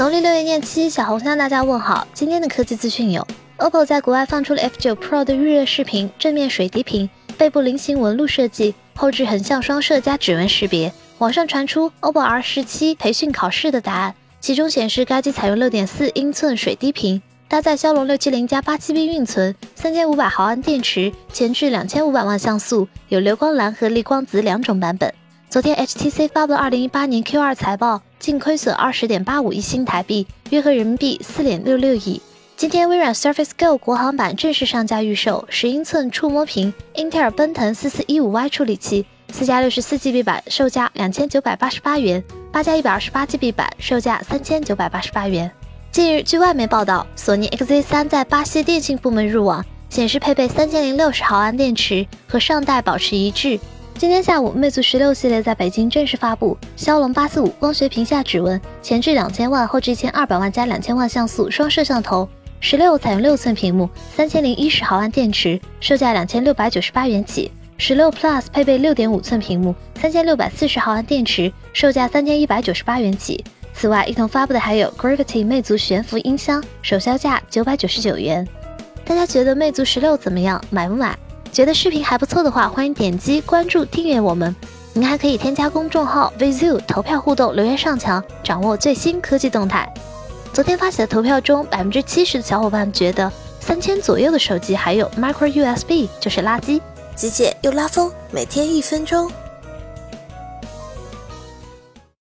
农历6月廿7，小红向大家问好。今天的科技资讯有 ：OPPO 在国外放出了 F9 Pro 的预热视频，正面水滴屏，背部菱形纹路设计，后置横向双摄加指纹识别。网上传出 OPPO R17 培训考试的答案，其中显示该机采用 6.4 英寸水滴屏，搭载骁龙670+87B 运存，3500毫安电池，前置2500万像素，有流光蓝和逆光紫两种版本。昨天 HTC 发布了2018年 Q2 财报，净亏损20.85亿新台币，约合人民币4.66亿。今天微软 Surface Go 国行版正式上架预售，10英寸触摸屏，英特尔奔腾 4415Y 处理器，4+64GB 版售价2988元，8+128GB 版售价3988元。近日，据外媒报道，索尼 XZ3 在巴西电信部门入网，显示配备3060毫安电池，和上代保持一致。今天下午，魅族16系列在北京正式发布，骁龙845光学屏下指纹，前置2000万，后置1200万加2000万像素双摄像头，16采用6寸屏幕，3010毫安电池，售价2698元起。16 Plus 配备6.5寸屏幕，3640毫安电池，售价3198元起。此外，一同发布的还有 Gravity 魅族悬浮音箱，首销价999元。大家觉得魅族16怎么样？买不买？觉得视频还不错的话，欢迎点击关注订阅我们。您还可以添加公众号 Vizu 投票互动，留言上墙，掌握最新科技动态。昨天发起的投票中，70%的小伙伴觉得3000左右的手机还有 Micro USB 就是垃圾， 极简又拉风，每天1分钟。